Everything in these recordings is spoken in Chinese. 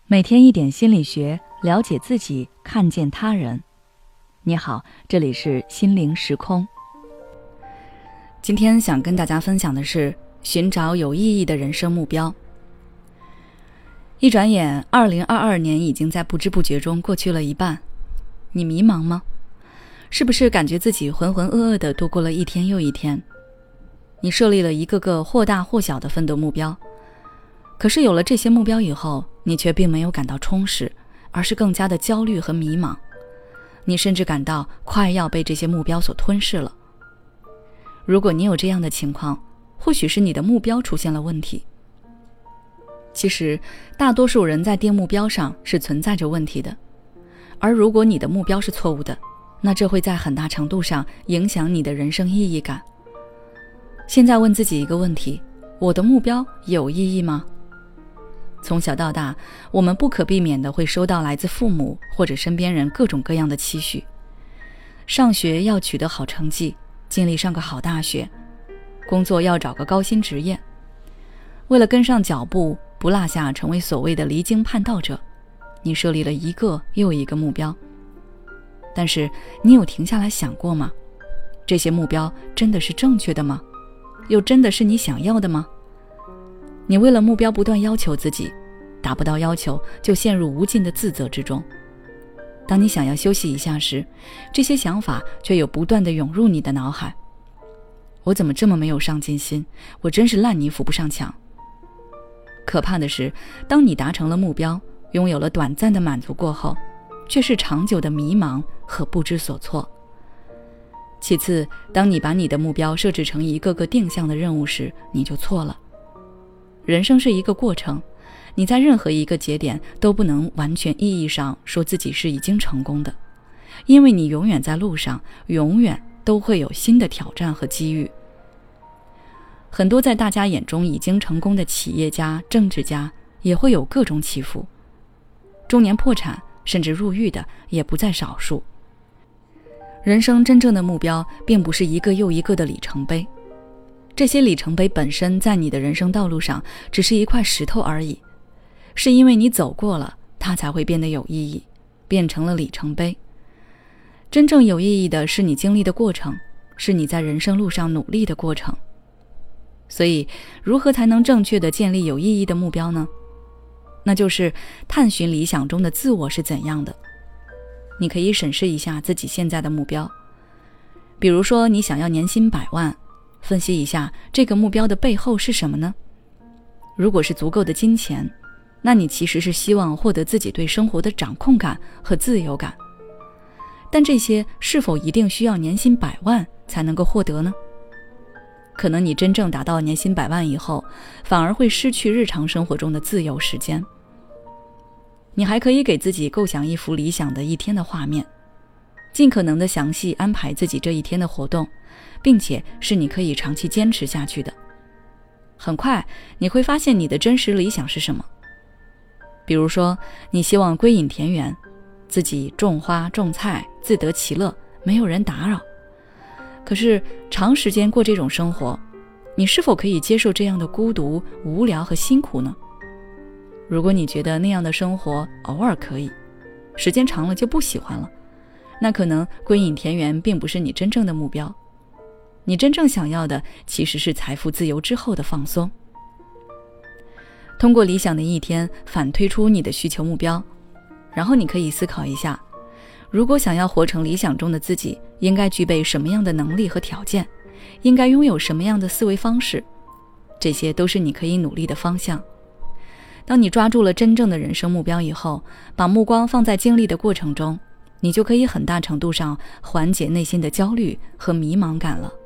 每天一点心理学，了解自己，看见他人。你好，这里是心灵时空。今天想跟大家分享的是寻找有意义的人生目标。一转眼2022年已经在不知不觉中过去了一半，你迷茫吗？是不是感觉自己浑浑噩噩地度过了一天又一天？你设立了一个个或大或小的奋斗目标，可是有了这些目标以后，你却并没有感到充实，而是更加的焦虑和迷茫。你甚至感到快要被这些目标所吞噬了。如果你有这样的情况，或许是你的目标出现了问题。其实，大多数人在定目标上是存在着问题的，而如果你的目标是错误的，那这会在很大程度上影响你的人生意义感。现在问自己一个问题：我的目标有意义吗？从小到大，我们不可避免地会收到来自父母或者身边人各种各样的期许。上学要取得好成绩，尽力上个好大学，工作要找个高薪职业。为了跟上脚步，不落下成为所谓的离经叛道者，你设立了一个又一个目标。但是你有停下来想过吗？这些目标真的是正确的吗？又真的是你想要的吗？你为了目标不断要求自己，达不到要求就陷入无尽的自责之中。当你想要休息一下时，这些想法却又不断地涌入你的脑海。我怎么这么没有上进心？我真是烂泥扶不上墙。可怕的是，当你达成了目标，拥有了短暂的满足过后，却是长久的迷茫和不知所措。其次，当你把你的目标设置成一个个定向的任务时，你就错了。人生是一个过程，你在任何一个节点都不能完全意义上说自己是已经成功的，因为你永远在路上，永远都会有新的挑战和机遇。很多在大家眼中已经成功的企业家、政治家也会有各种起伏，中年破产甚至入狱的也不在少数。人生真正的目标并不是一个又一个的里程碑，这些里程碑本身在你的人生道路上只是一块石头而已，是因为你走过了，它才会变得有意义，变成了里程碑。真正有意义的是你经历的过程，是你在人生路上努力的过程。所以，如何才能正确地建立有意义的目标呢？那就是探寻理想中的自我是怎样的。你可以审视一下自己现在的目标，比如说你想要年薪100万，分析一下这个目标的背后是什么呢？如果是足够的金钱，那你其实是希望获得自己对生活的掌控感和自由感。但这些是否一定需要年薪100万才能够获得呢？可能你真正达到年薪100万以后，反而会失去日常生活中的自由时间。你还可以给自己构想一幅理想的一天的画面，尽可能的详细安排自己这一天的活动，并且是你可以长期坚持下去的。很快你会发现你的真实理想是什么。比如说，你希望归隐田园，自己种花种菜，自得其乐，没有人打扰。可是长时间过这种生活，你是否可以接受这样的孤独、无聊和辛苦呢？如果你觉得那样的生活偶尔可以，时间长了就不喜欢了，那可能归隐田园并不是你真正的目标。你真正想要的其实是财富自由之后的放松。通过理想的一天反推出你的需求目标，然后你可以思考一下，如果想要活成理想中的自己，应该具备什么样的能力和条件，应该拥有什么样的思维方式，这些都是你可以努力的方向。当你抓住了真正的人生目标以后，把目光放在经历的过程中，你就可以很大程度上缓解内心的焦虑和迷茫感了。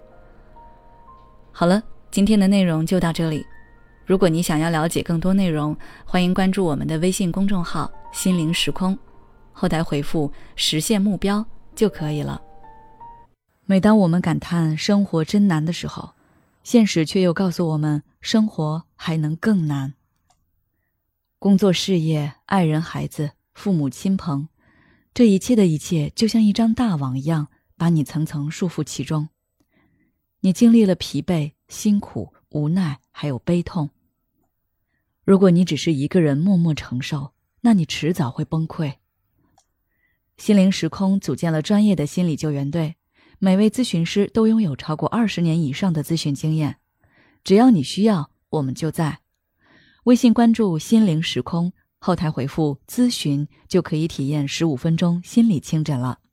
好了，今天的内容就到这里。如果你想要了解更多内容，欢迎关注我们的微信公众号心灵时空，后台回复实现目标就可以了。每当我们感叹生活真难的时候，现实却又告诉我们生活还能更难。工作事业、爱人孩子、父母亲朋，这一切的一切就像一张大网一样，把你层层束缚其中。你经历了疲惫、辛苦、无奈，还有悲痛。如果你只是一个人默默承受， 那你迟早会崩溃。心灵时空组建了专业的心理救援队，每位咨询师都拥有超过20年以上的咨询经验。只要你需要，我们就在。微信关注心灵时空，后台回复咨询就可以体验15分钟心理清诊了。